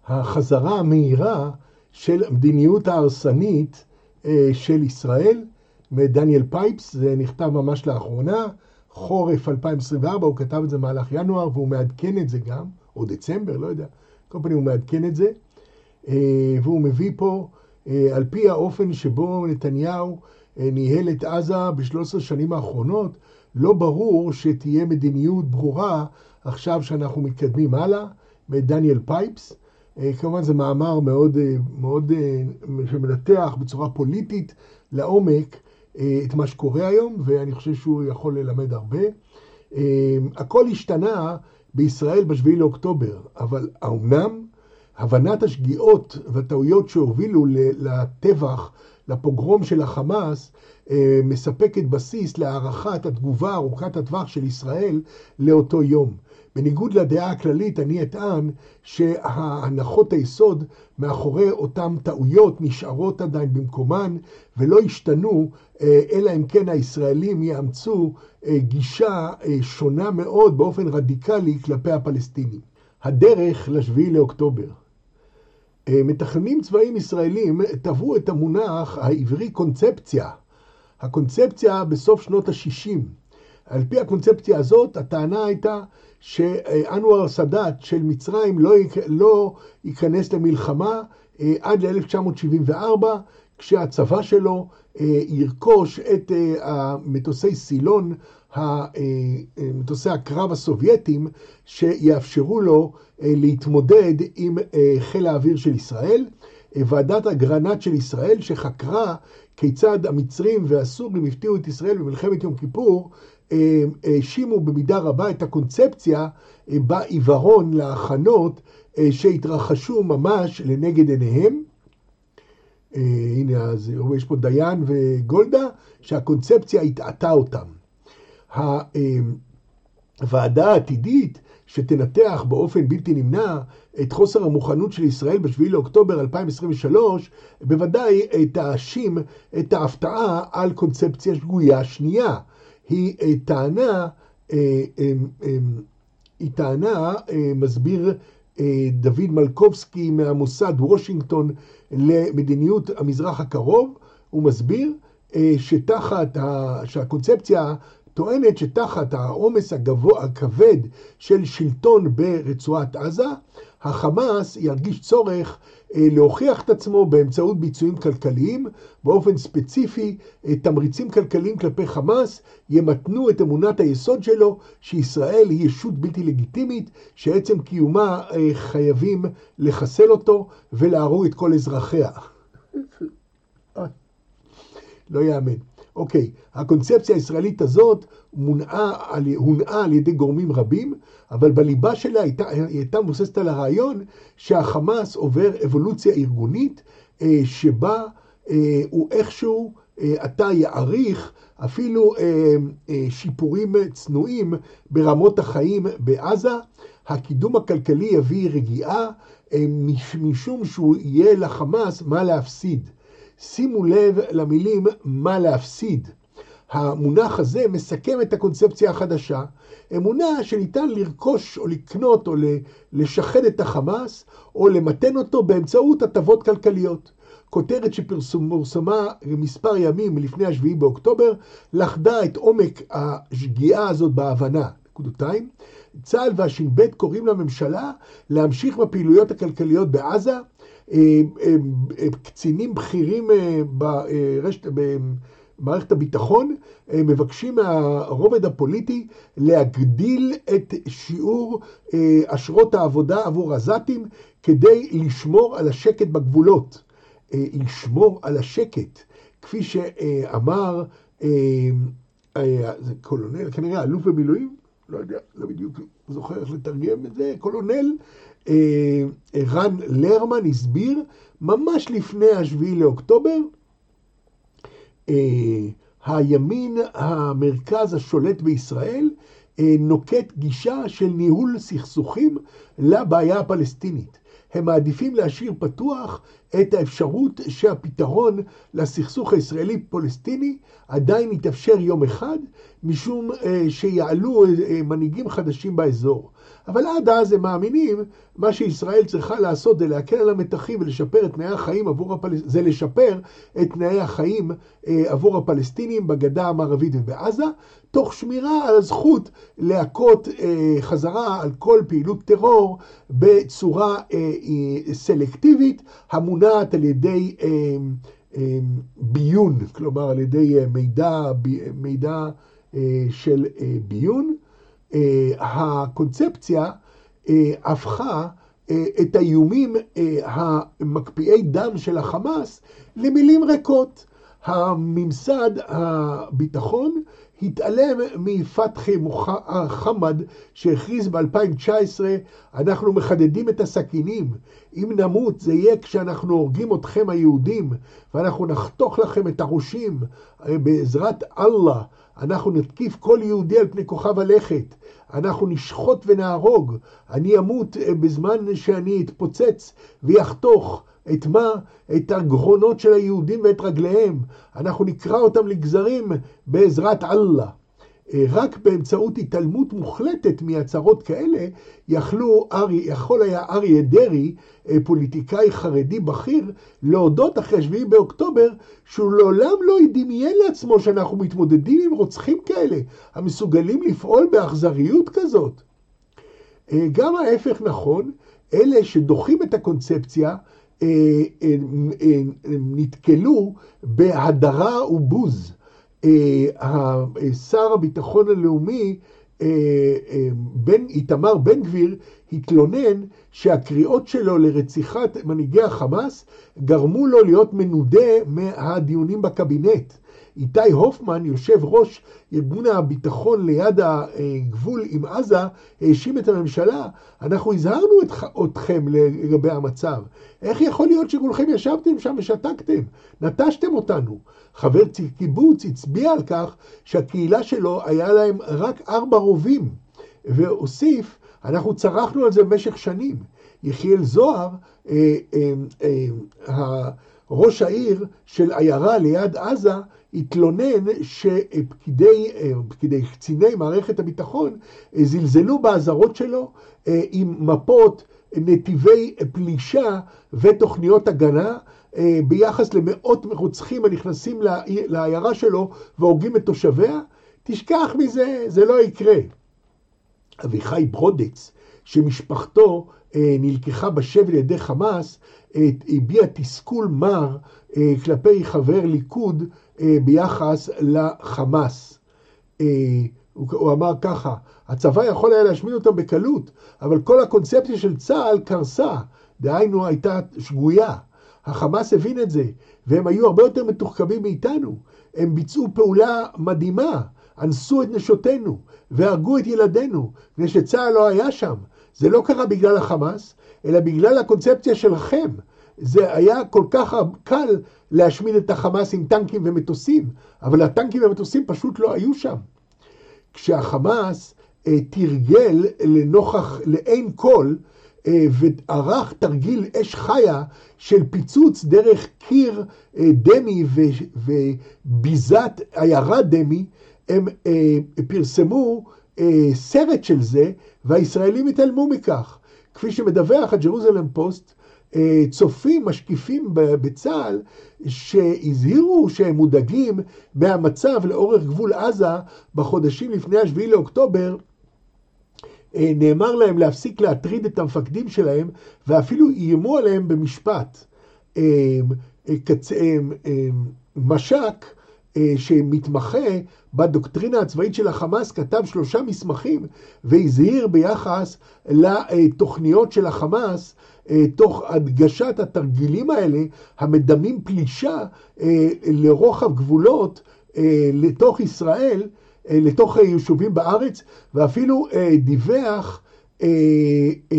החזרה המהירה של מדיניות ההרסנית של ישראל, מדניאל פייפס, זה נכתב ממש לאחרונה, חורף 2024, הוא כתב את זה מהלך ינואר, והוא מעדכן את זה גם, או דצמבר, לא יודע, כל פעמים הוא מעדכן את זה, והוא מביא פה, על פי האופן שבו נתניהו ניהל את עזה ב-13 שנים האחרונות, לא ברור שתהיה מדיניות ברורה עכשיו שאנחנו מתקדמים הלאה, מדניאל פייפס. כמובן זה מאמר מאוד שמנתח בצורה פוליטית לעומק את מה שקורה היום, ואני חושב שהוא יכול ללמד הרבה. הכל השתנה בישראל ב7 לאוקטובר, אבל האומנם הבנת השגיאות והטעויות שהובילו לטבח, לפוגרום של החמאס, מספקת בסיס להערכת התגובה ארוכת הטווח של ישראל לאותו יום. בניגוד לדעה הכללית, אני אטען שהנחות היסוד מאחורי אותם טעויות נשארות עדיין במקומן ולא השתנו, אלא אם כן הישראלים יאמצו גישה שונה מאוד באופן רדיקלי כלפי הפלסטינים. הדרך ל7 לאוקטובר. מתכננים צבאיים ישראלים טבעו את המונח העברי קונספציה. הקונספציה בסוף שנות ה-60. על פי הקונספציה הזאת, הטענה הייתה שאנואר סאדאת של מצרים לא ייכנס למלחמה עד ל-1974, כשהצבא שלו ירכוש את מטוסי סילון, מטוסי הקרב הסובייטים, שיאפשרו לו להתמודד עם חיל האוויר של ישראל. ועדת אגרנט של ישראל שחקרה כיצד המצרים והסורים הפתיעו את ישראל במלחמת יום כיפור, האשימו במידה רבה את הקונספציה בעיוורון להכנות שהתרחשו ממש לנגד עיניהם. הנה, אז יש פה דיין וגולדה, שהקונספציה התעתה אותם. הוועדה העתידית שתנתח באופן בלתי נמנע את חוסר המוכנות של ישראל ב7 לאוקטובר 2023, בוודאי תאשים את ההפתעה על קונספציה שגויה שנייה. היא טענה, מסביר דוד מלקובסקי מהמוסד וושינגטון למדיניות המזרח הקרוב, הוא מסביר שהקונספציה טוענת שתחת העומס הכבד של שלטון ברצועת עזה, החמאס ירגיש צורך להוכיח את עצמו באמצעות ביצועים כלכליים, באופן ספציפי תמריצים כלכליים כלפי חמאס ימתנו את אמונת היסוד שלו שישראל היא ישות בלתי לגיטימית, שעצם קיומה חייבים לחסל אותו ולהרוג את כל אזרחיה. לא יאמן. אוקיי, הקונספציה הישראלית הזאת הונעה על ידי גורמים רבים, אבל בליבה שלה הייתה מבוססת על הרעיון שהחמאס עובר אבולוציה ארגונית, שבה הוא איכשהו עתה יעריך אפילו שיפורים צנועים ברמות החיים בעזה. הקידום הכלכלי יביא רגיעה, משום שהוא יהיה לחמאס מה להפסיד. שימו לב למילים מה להפסיד. המונח הזה מסכם את הקונספציה החדשה, אמונה שניתן לרכוש או לקנות או לשחד את החמאס או למתן אותו באמצעות הטבות כלכליות. כותרת שפורסמה מספר ימים לפני ה7 באוקטובר, לחדה את עומק השגיאה הזאת בהבנה. נקודתיים, צה"ל והש"ב קוראים לממשלה להמשיך בפעילויות הכלכליות בעזה, קצינים בכירים במערכת הביטחון מבקשים מהרובד הפוליטי להגדיל את שיעור אשרות העבודה עבור עזתים כדי לשמור על השקט בגבולות. לשמור על השקט, כפי שאמר קולונל, כנראה אלוף במילואים, לא יודע, לא בדיוק זוכר איך לתרגם את זה, קולונל רן לרמן הסביר ממש לפני ה7 לאוקטובר, הימין המרכז השולט בישראל נוקט גישה של ניהול סכסוכים לבעיה הפלסטינית. הם מעדיפים להשאיר פתוח את האפשרות שהפתרון לסכסוך הישראלי-פלסטיני עדיין יתאפשר יום אחד, משום שיעלו מנהיגים חדשים באזור. אבל עד אז הם מאמינים, מה שישראל צריכה לעשות זה להקל על המתחים ולשפר את תנאי החיים זה לשפר את תנאי החיים עבור הפלסטינים בגדה המערבית ובעזה, תוך שמירה על הזכות להכות חזרה על כל פעילות טרור בצורה סלקטיבית, המונעת על ידי ביון, כלומר על ידי מידע של ביון. הקונספציה הפכה את האיומים המקפיאי דם של החמאס למילים ריקות. הממסד הביטחון התעלם מפתחי חמד שהכריז ב-2019, אנחנו מחדדים את הסכינים, אם נמות זה יהיה כשאנחנו הורגים אתכם היהודים, ואנחנו נחתוך לכם את הראשים בעזרת אללה, אנחנו נתקיף כל יהודי על פני כוכב הלכת, אנחנו נשחוט ונהרוג, אני אמות בזמן שאני אתפוצץ ויחתוך את מה? את הגרונות של היהודים ואת רגליהם. אנחנו נקרא אותם לגזרים בעזרת אללה. רק באמצעות התעלמות מוחלטת מהצהרות כאלה, יכול היה אריה דרעי, פוליטיקאי חרדי בכיר, להודות אחרי 7 באוקטובר, שהוא לעולם לא ידמיין לעצמו שאנחנו מתמודדים עם רוצחים כאלה, המסוגלים לפעול באכזריות כזאת. גם ההפך נכון, אלה שדוחים את הקונספציה, נתקלו בהדרה ובוז. שר הביטחון הלאומי איתמר בן גביר התלונן שהקריאות שלו לרציחת מנהיגי החמאס גרמו לו להיות מנודה מהדיונים בקבינט. איתי הופמן, יושב ראש ארגון הביטחון ליד הגבול עם עזה, האשים את הממשלה, אנחנו הזהרנו אתכם לגבי המצב. איך יכול להיות שכולכם ישבתם שם ושתקתם? נטשתם אותנו. חבר קיבוץ הצביע על כך שהקהילה שלו היה להם רק 4 רובים, והוסיף, אנחנו צרחנו על זה במשך שנים. יחיאל זוהר, ראש העיר של עיירה ליד עזה, התלונן שפקידי קציני מערכת הביטחון זלזלו באזהרות שלו עם מפות, נתיבי פלישה ותוכניות הגנה ביחס למאות רוצחים הנכנסים לעיירה שלו והורגים את תושביה. תשכח מזה, זה לא יקרה. אביחי ברודץ, שמשפחתו נלקחה בשבי לידי חמאס, הביע תסכול מר כלפי חבר ליכוד ביחס לחמאס. הוא אמר ככה, הצבא יכול היה להשמיד אותם בקלות, אבל כל הקונספציה של צה"ל קרסה, דהיינו הייתה שגויה. החמאס הבין את זה, והם היו הרבה יותר מתוחכמים מאיתנו. הם ביצעו פעולה מדהימה, אנסו את נשותינו, והרגו את ילדינו, מפני שצה"ל לא היה שם. זה לא קרה בגלל החמאס, אלא בגלל הקונספציה שלכם. זה היה כל כך קל להשמיד את החמאס עם טנקים ומטוסים, אבל הטנקים ומטוסים פשוט לא היו שם. כשהחמאס תרגל לעין כל, וערך תרגיל אש חיה של פיצוץ דרך קיר דמי וביזת עיירה דמי, הם פרסמו סרט של זה, והישראלים התעלמו מכך. כפי שמדווח הג'רוזלם פוסט, צופים, משקיפים בצה"ל, שהזהירו שהם מודאגים מהמצב לאורך גבול עזה בחודשים לפני 7 לאוקטובר, נאמר להם להפסיק להטריד את המפקדים שלהם, ואפילו איימו עליהם במשפט. משק שמתמחה בדוקטרינה הצבאית של החמאס כתב 3 מסמכים והזהיר ביחס לתוכניות של החמאס, תוך הדגשת התרגילים האלה המדמים פלישה לרוחב גבולות לתוך ישראל, לתוך יישובים בארץ, ואפילו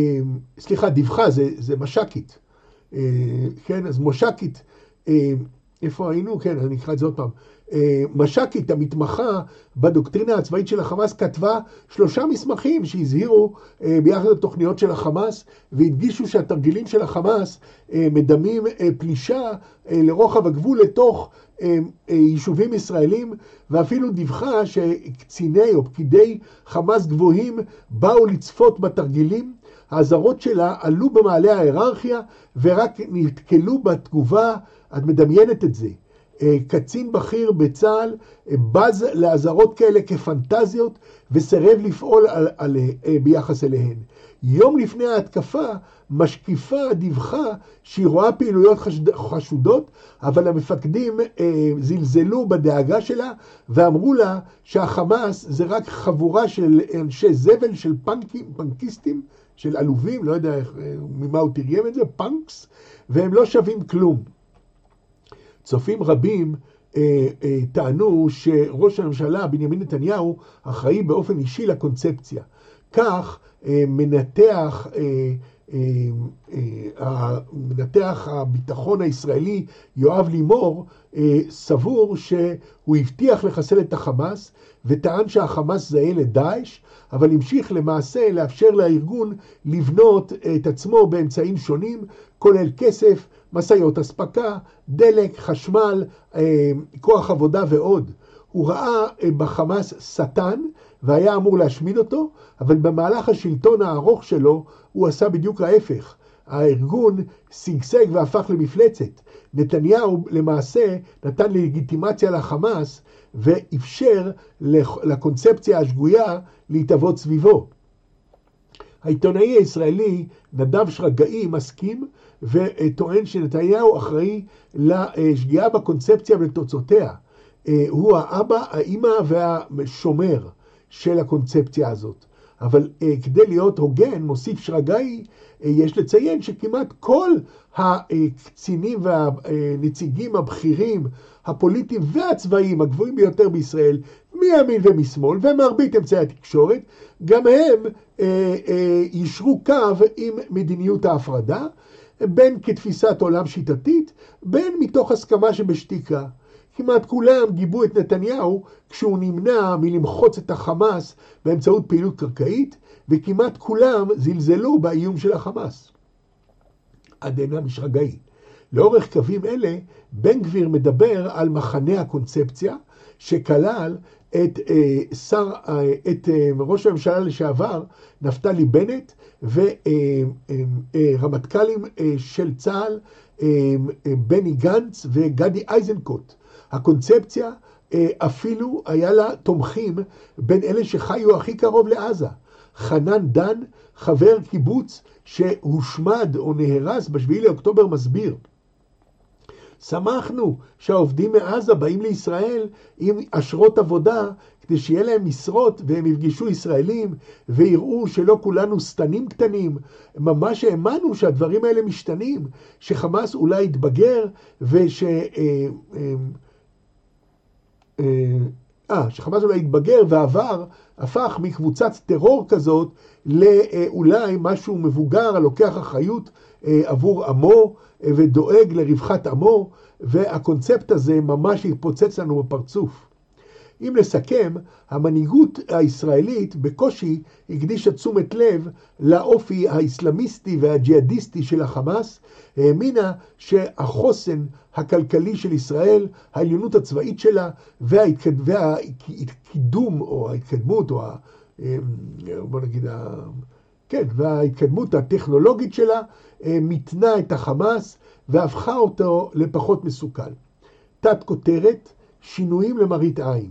דיווחה, זה משקית, כן, אז משקית איפה היינו? כן, אני אקרא את זה עוד פעם. מש"קית המתמחה בדוקטרינה הצבאית של החמאס כתבה 3 מסמכים שהזהירו ביחד לתוכניות של החמאס, והדגישו שהתרגילים של החמאס מדמים פלישה לרוחב הגבול לתוך יישובים ישראלים, ואפילו דיווחה שקציני או פקידי חמאס גבוהים באו לצפות בתרגילים. האזהרות שלה עלו במעלה ההיררכיה ורק נתקלו בתגובה. את מדמיינת את זה. קצין בכיר בצה"ל בז לאזהרות כאלה כפנטזיות וסרב לפעול ביחס אליהן. יום לפני ההתקפה משקיפה דיווחה שהיא רואה פעילויות חשודות, אבל המפקדים זלזלו בדאגה שלה ואמרו לה שהחמאס זה רק חבורה של אנשי זבל, של פנקיסטים, של עלובים, לא יודע ממה הוא תרגם את זה, פנקס, והם לא שווים כלום. צופים רבים טענו שראש הממשלה בנימין נתניהו אחראי באופן אישי לקונספציה. כך מנתח הביטחון הישראלי יואב לימור סבור שהוא הבטיח לחסל את החמאס וטען שהחמאס זהה לדאעש, אבל המשיך למעשה לאפשר לארגון לבנות את עצמו באמצעים שונים, כולל כסף, מסעיות אספקה, דלק, חשמל, כוח עבודה ועוד. הוא ראה בחמאס שטן והיה אמור להשמיד אותו, אבל במהלך השלטון הארוך שלו הוא עשה בדיוק ההפך. הארגון שגשג והפך למפלצת. נתניהו למעשה נתן לגיטימציה לחמאס ואפשר לקונספציה השגויה להתהוות סביבו. העיתונאי הישראלי נדב שרגאי מסכים וטוען שנתניהו אחראי לשגיאה בקונספציה ולתוצאותיה. הוא האבא, האמא והשומר של הקונספציה הזאת. אבל כדי להיות הוגן, מוסיף שרגאי, יש לציין שכמעט כל הקצינים והנציגים הבכירים, הפוליטיים והצבאיים הגבוהים ביותר בישראל, מימין ומשמאל, ומרבית אמצעי התקשורת, גם הם ישרו קו עם מדיניות ההפרדה, בין כתפיסת עולם שיטתית, בין מתוך הסכמה שבשתיקה. כמעט כולם גיבו את נתניהו כשהוא נמנע מלמחוץ את החמאס באמצעות פעילות קרקעית, וכמעט כולם זלזלו באיום של החמאס. עד הנה משרגאי. לאורך קווים אלה, בן גביר מדבר על מחנה הקונספציה, שכלל את ראש הממשלה לשעבר, נפתלי בנט, ורמטכ"לים של צה"ל, בני גנץ וגדי איזנקוט. הקונספציה אפילו היה לה תומכים בין אלה שחיו הכי קרוב לעזה. חנן דן, חבר קיבוץ שהושמד או נהרס ב7 לאוקטובר, מסביר: שמחנו שהעובדים מעזה באים לישראל עם אשרות עבודה כדי שיהיה להם משרות והם יפגשו ישראלים ויראו שלא כולנו סתנים קטנים. ממש האמנו שהדברים האלה משתנים, שחמאס אולי יתבגר שחמאס אולי יתבגר ועבר, הפך מקבוצת טרור כזאת לאולי משהו מבוגר הלוקח אחריות עבור עמו ודואג לרווחת עמו, והקונספט הזה ממש יתפוצץ לנו בפרצוף. אם לסכם, המנהיגות הישראלית בקושי הקדישה תשומת לב לאופי האסלאמיסטי והג'יהאדיסטי של החמאס, האמינה שהחוסן הכלכלי של ישראל, העליונות הצבאית שלה והקידום או ההתקדמות או וההתקדמות הטכנולוגית שלה מתנה את החמאס והפכה אותו לפחות מסוכן. תת כותרת, שינויים למראית עין.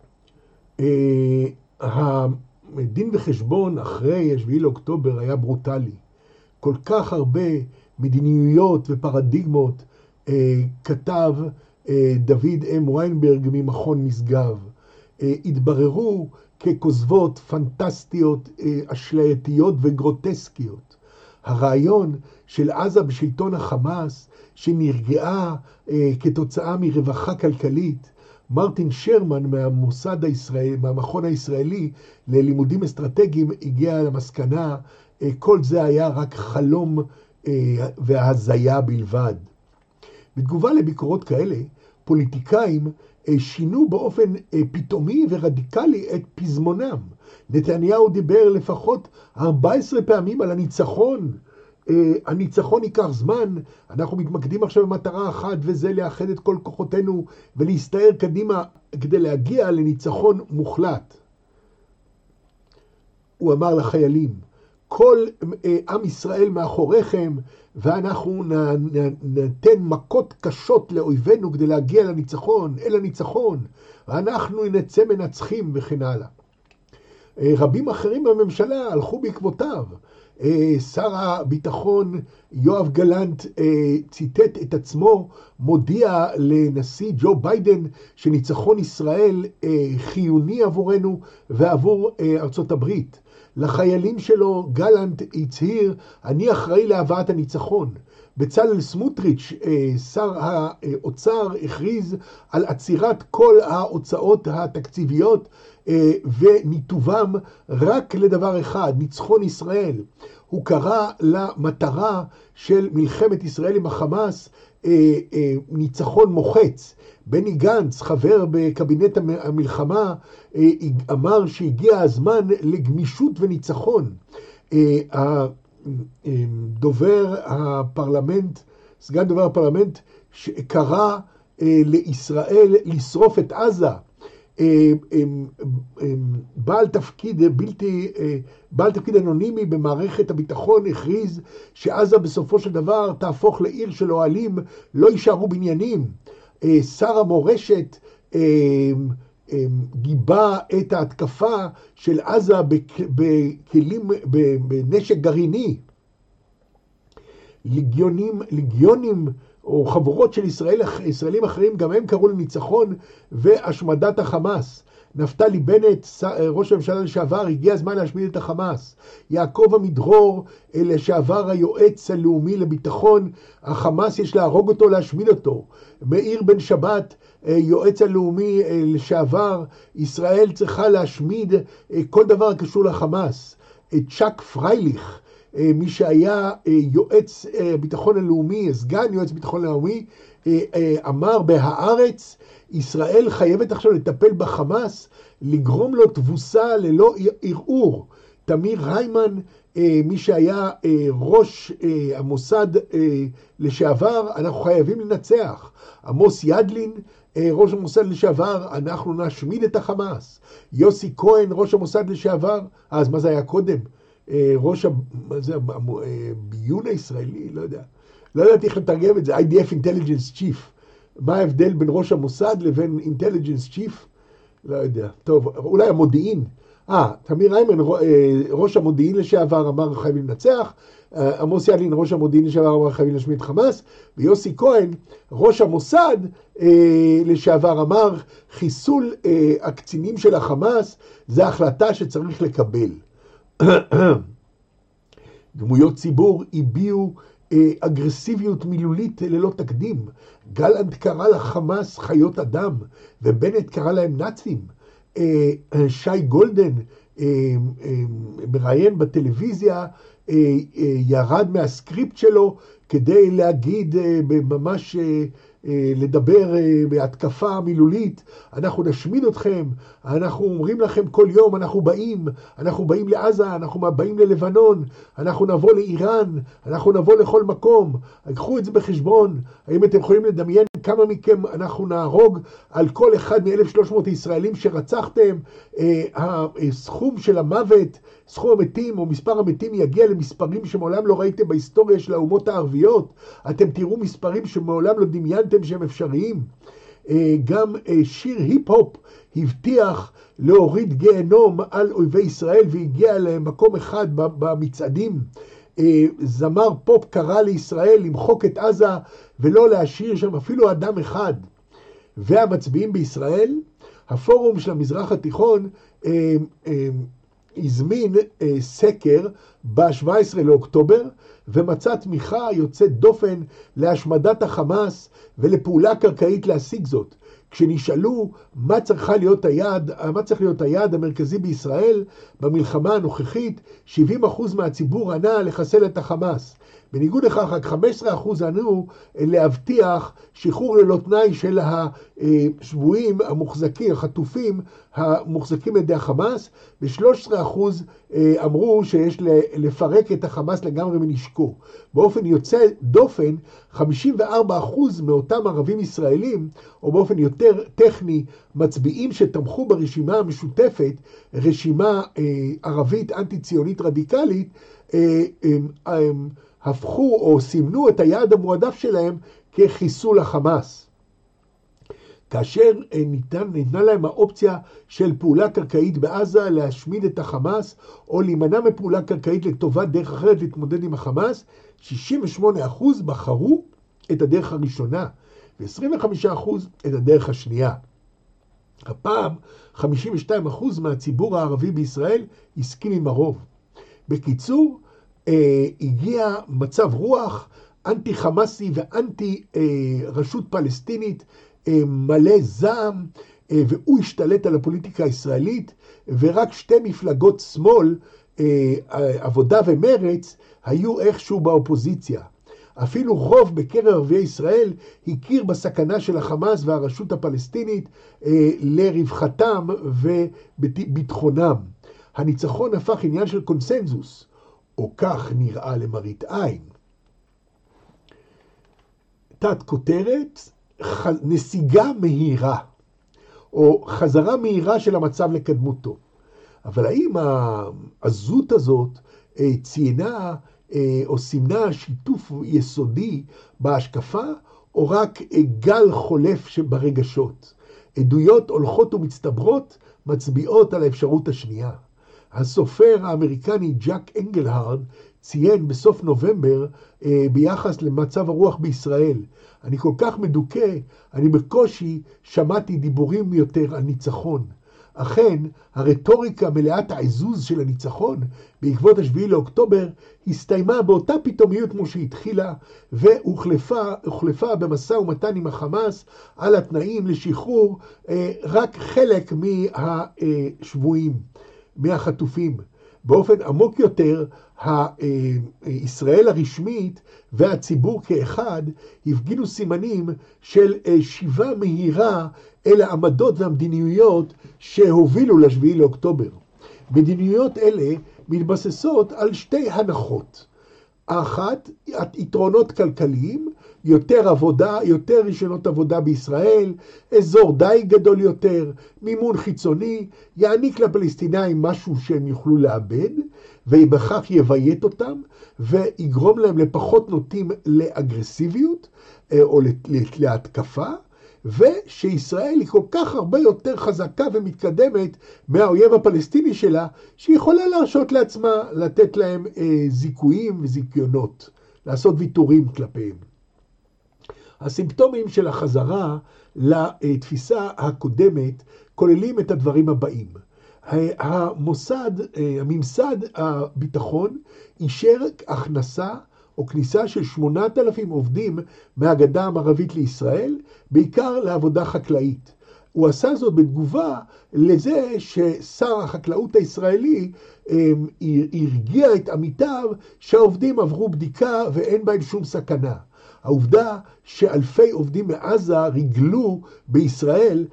הדין וחשבון אחרי 7 לאוקטובר היה ברוטלי. כל כך הרבה מדיניויות ופרדיגמות כתב דוד אם ויינברג ממכון משגב. התבררו ככוזבות פנטסטיות, אשלייתיות וגרוטסקיות. הרעיון של עזה בשלטון החמאס שנרגעה כתוצאה מרווחה כלכלית. מרטין שרמן מהמכון הישראלי ללימודים אסטרטגיים הגיע למסקנה, כל זה היה רק חלום והזיה בלבד. בתגובה לביקורות כאלה, פוליטיקאים שינו באופן פתאומי ורדיקלי את פזמונם. נתניהו דיבר לפחות 14 פעמים על הניצחון. הניצחון ייקח זמן, אנחנו מתמקדים עכשיו במטרה אחת, וזה לאחד את כל כוחותינו ולהסתער קדימה כדי להגיע לניצחון מוחלט. הוא אמר לחיילים, כל עם ישראל מאחוריכם, ואנחנו ניתן מכות קשות לאויבינו כדי להגיע לניצחון, אל הניצחון, ואנחנו נצא מנצחים וכן הלאה. רבים אחרים בממשלה הלכו בעקבותיו. שר הביטחון יואב גלנט ציטט את עצמו, מודיע לנשיא ג'ו ביידן שניצחון ישראל חיוני עבורנו ועבור ארצות הברית. לחיילים שלו גלנט הצהיר, אני אחראי להבאת הניצחון. בצלאל סמוטריץ', שר האוצר, הכריז על עצירת כל ההוצאות התקציביות וניתובם רק לדבר אחד, ניצחון ישראל. הוא קרא למטרה של מלחמת ישראל עם החמאס ניצחון מוחץ. בני גנץ, חבר בקבינט המלחמה, אמר שהגיע הזמן לגמישות וניצחון. דובר הפרלמנט, סגן דובר הפרלמנט, קרא לישראל לשרוף את עזה. בעל תפקיד אנונימי במערכת הביטחון הכריז שעזה בסופו של דבר תהפוך לעיר של אוהלים, לא יישארו בניינים. שר המורשת גיבה את ההתקפה של עזה בנשק גרעיני. ליגיונים או חבורות של ישראלים אחרים, גם הם קראו לניצחון והשמדת החמאס. נפתלי בנט, ראש הממשלה לשעבר, הגיע הזמן להשמיד את החמאס. יעקב עמידרור, לשעבר היועץ הלאומי לביטחון, החמאס יש להרוג אותו, להשמיד אותו. מאיר בן שבת, יועץ הלאומי לשעבר, ישראל צריכה להשמיד כל דבר הקשור לחמאס. צ'אק פרייליך, מי שהיה יועץ ביטחון הלאומי, סגן יועץ ביטחון הלאומי, אמר בהארץ, ישראל חייבת עכשיו לטפל בחמאס, לגרום לו תבוסה ללא ערעור. תמיר היימן, מי שהיה ראש המוסד לשעבר, אנחנו חייבים לנצח. עמוס ידלין, ראש המוסד לשעבר, אנחנו נשמיד את החמאס. יוסי כהן, ראש המוסד לשעבר, אז מה זה היה קודם? ביון הישראלי, לא יודע. לא יודעת איך לתרגם את זה, IDF Intelligence Chief. מה ההבדל בין ראש המוסד לבין Intelligence Chief? לא יודע. טוב, אולי המודיעין. תמיר היימן, ראש המודיעין לשעבר, אמר חייבים לנצח. עמוס ידלין, ראש המודיעין לשעבר, אמר חייבים להשמיד חמאס. ויוסי כהן, ראש המוסד לשעבר, אמר חיסול הקצינים של החמאס, זה החלטה שצריך לקבל. דמויות ציבור הביעו אגרסיביות מילולית ללא תקדים. גלנט קרא לחמאס חיות אדם, ובנט קרא להם נאצים. שי גולדן, מראיין בטלוויזיה, ירד מהסקריפט שלו כדי להגיד ממש לדבר בהתקפה מילולית, אנחנו נשמיד אתכם, אנחנו אומרים לכם כל יום, אנחנו באים לעזה, אנחנו באים ללבנון, אנחנו נבוא לאיראן, אנחנו נבוא לכל מקום, קחו את זה בחשבון. האם אתם יכולים לדמיין כמה מכם אנחנו נהרוג על כל אחד מ-1,300 ישראלים שרצחתם? הסכום של המוות, סכום המתים או מספר המתים יגיע למספרים שמעולם לא ראיתם בהיסטוריה של האומות הערביות. אתם תראו מספרים שמעולם לא דמיינתם שהם אפשריים. גם שיר היפ-הופ הבטיח להוריד גיהנום על אויבי ישראל והגיע למקום אחד במצעדים. זמר פופ קרא לישראל למחוק את עזה ולא להשאיר שם אפילו אדם אחד. והמצביעים בישראל, הפורום של המזרח התיכון הזמין סקר ב-17 לאוקטובר ומצא תמיכה יוצאת דופן להשמדת החמאס ולפעולה קרקעית להשיג זאת. כשנשאלו מה צריך להיות היעד המרכזי בישראל במלחמה הנוכחית, 70% מהציבור ענה לחסל את החמאס. בניגוד לכך, רק 15% ענו להבטיח שחרור ללא תנאי של השבויים המוחזקים, החטופים המוחזקים על ידי החמאס, ו13% אמרו שיש לפרק את החמאס לגמרי מנשקו. באופן יוצא דופן, 54% מאותם ערבים ישראלים, או באופן יותר טכני, מצביעים שתמכו ברשימה המשותפת, רשימה ערבית אנטי-ציונית רדיקלית, הפכו או סימנו את היעד המועדף שלהם כחיסול החמאס. כאשר ניתנה להם האופציה של פעולה קרקעית בעזה להשמיד את החמאס, או להימנע מפעולה קרקעית לטובת דרך אחרת להתמודד עם החמאס, 68% בחרו את הדרך הראשונה, ו-25% את הדרך השנייה. הפעם 52% מהציבור הערבי בישראל הסכים עם הרוב. בקיצור, הגיע מצב רוח אנטי חמאסי ואנטי רשות פלסטינית מלא זעם, והוא השתלט על הפוליטיקה הישראלית, ורק שתי מפלגות שמאל, עבודה ומרץ, היו איכשהו באופוזיציה. אפילו רוב בקרב ערביי ישראל הכיר בסכנה של החמאס והרשות הפלסטינית לרווחתם וביטחונם. הניצחון הפך עניין של קונסנזוס, או כך נראה למראית עין. תת כותרת, נסיגה מהירה, או חזרה מהירה של המצב לקדמותו. אבל האם העזות הזאת ציינה או סימנה שיתוף יסודי בהשקפה, או רק גל חולף שברגשות? עדויות הולכות ומצטברות מצביעות על האפשרות השנייה. הסופר האמריקני ג'ק אנגלהרד ציין בסוף נובמבר ביחס למצב הרוח בישראל: אני כל כך מדוכא, אני בקושי שמעתי דיבורים יותר על ניצחון. אכן, הרטוריקה מלאת העזוז של הניצחון בעקבות השביעי לאוקטובר הסתיימה באותה פתאומיות כמו שהתחילה, והוחלפה במשא ומתן עם החמאס על התנאים לשחרור רק חלק מהשבויים, מהחטופים. באופן עמוק יותר, ישראל הרשמית והציבור כאחד הפגינו סימנים של שיבה מהירה אל העמדות והמדיניות שהובילו לשביעי לאוקטובר. מדיניות אלה מתבססות על שתי הנחות. האחת, יתרונות כלכליים, יותר עבודה, יותר רישיונות עבודה בישראל, אזור די גדול יותר, מימון חיצוני, יעניק לפלסטינאים משהו שהם יוכלו לאבד, ובכך יבייט אותם, ויגרום להם לפחות נוטים לאגרסיביות, או להתקפה, ושישראל היא כל כך הרבה יותר חזקה ומתקדמת מהאויב הפלסטיני שלה, שהיא יכולה להרשות לעצמה לתת להם זיכויים וזיכיונות, לעשות ויתורים כלפיהם. הסימפטומים של החזרה לתפיסה הקודמת כוללים את הדברים הבאים. הממסד הביטחון אישר הכנסה או כניסה של 8,000 עובדים מהגדה המערבית לישראל, בעיקר לעבודה חקלאית. הוא עשה זאת בתגובה לזה ששר החקלאות הישראלי הרגיע את עמיתיו שהעובדים עברו בדיקה ואין בהם שום סכנה. העובדה שאלפי עובדים מעזה ריגלו בישראל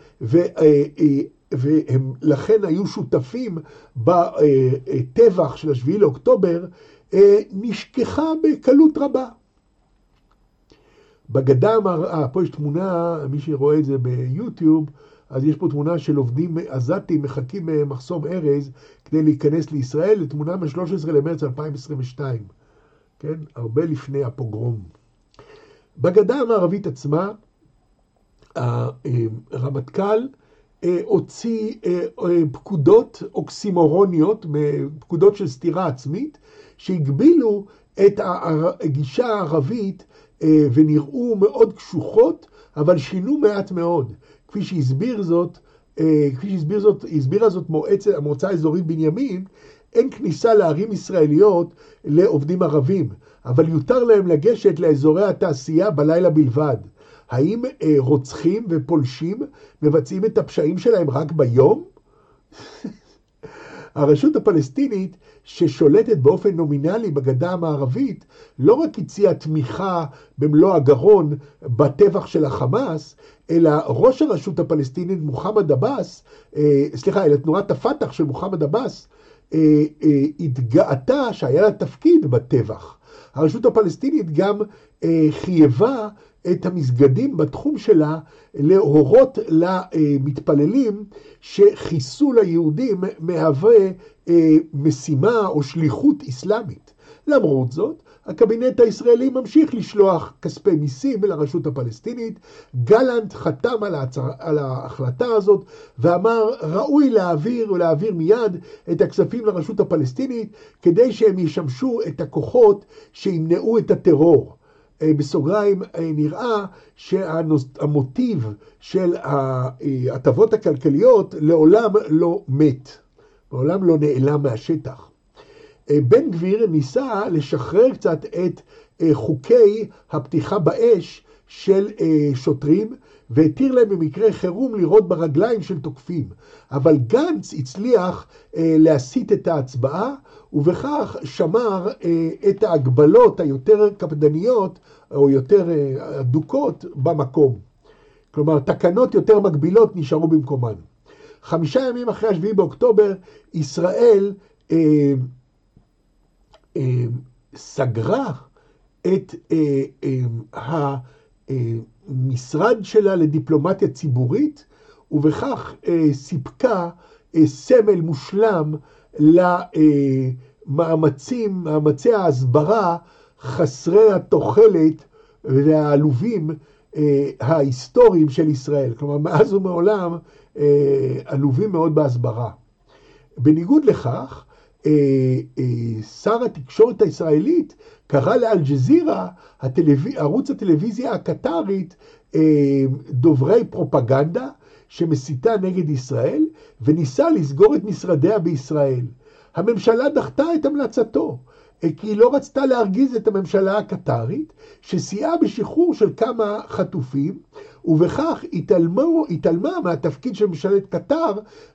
והם לכן היו שותפים בטבח של השביעי לאוקטובר, נשכחה בקלות רבה. בגדה, פה יש תמונה, מי שרואה את זה ביוטיוב, אז יש פה תמונה של עובדים עזתים מחכים במחסום ארז כדי להיכנס לישראל, לתמונה מ-13 למרץ 2022, כן? הרבה לפני הפוגרום. בגדה המערבית עצמה, הרמטכ"ל הוציא פקודות אוקסימורוניות, פקודות של סתירה עצמית, שהגבילו את הגישה הערבית ונראו מאוד קשוחות, אבל שינו מעט מאוד. כפי שהסבירה זאת המועצה האזורית בנימין, אין כניסה לערים ישראליות לעובדים ערבים, אבל יותר להם לגשת לאזורי התעשייה בלילה בלבד. האם רוצחים ופולשים מבצעים את הפשעים שלהם רק ביום? הרשות הפלסטינית ששולטת באופן נומינלי בגדה המערבית לא רק הציעה תמיכה במלוא הגרון בטבח של החמאס, אלא ראש הרשות הפלסטינית מוחמד עבאס, אלא תנועת הפתח של מוחמד עבאס, התגאתה שהיה לה תפקיד בטבח. הרשות הפלסטינית גם חייבה את המסגדים בתחום שלה להורות למתפללים שחיסול היהודים מהווה משימה או שליחות אסלאמית. למרות זאת, הקבינט הישראלי ממשיך לשלוח כספי מיסים לרשות הפלסטינית. גלנט חתם על ההחלטה הזאת ואמר ראוי להעביר מיד את הכספים לרשות הפלסטינית כדי שהם ישמשו את הכוחות שימנעו את הטרור. בסוגריים נראה שהמוטיב של ההטבות הכלכליות לעולם לא מת, לעולם לא נעלם מהשטח. בן גביר ניסה לשחרר קצת את חוקי הפתיחה באש של שוטרים, והתיר להם במקרה חירום לירות ברגליים של תוקפים. אבל גנץ הצליח להסיט את ההצבעה, ובכך שמר את ההגבלות היותר קפדניות או יותר אדוקות במקום. כלומר, תקנות יותר מגבילות נשארו במקומן. 5 ימים אחרי 7 באוקטובר, ישראל סגרה את המשרד שלה לדיפלומטיה ציבורית, ובכך סיפקה סמל מושלם מאמצי ההסברה חסרי התוחלת והעלובים ההיסטוריים של ישראל. כלומר, מאז ומעולם עלובים מאוד בהסברה. בניגוד לכך, שר התקשורת הישראלית קרא לאל-ג'זירה, ערוץ הטלוויזיה הקטרית, דוברי פרופגנדה שמסיתה נגד ישראל, וניסה לסגור את משרדיה בישראל. הממשלה דחתה את המלצתו, כי היא לא רצתה להרגיז את הממשלה הקטרית, שסייעה בשחרור של כמה חטופים, ובכך התעלמה מהתפקיד של ממשלת קטר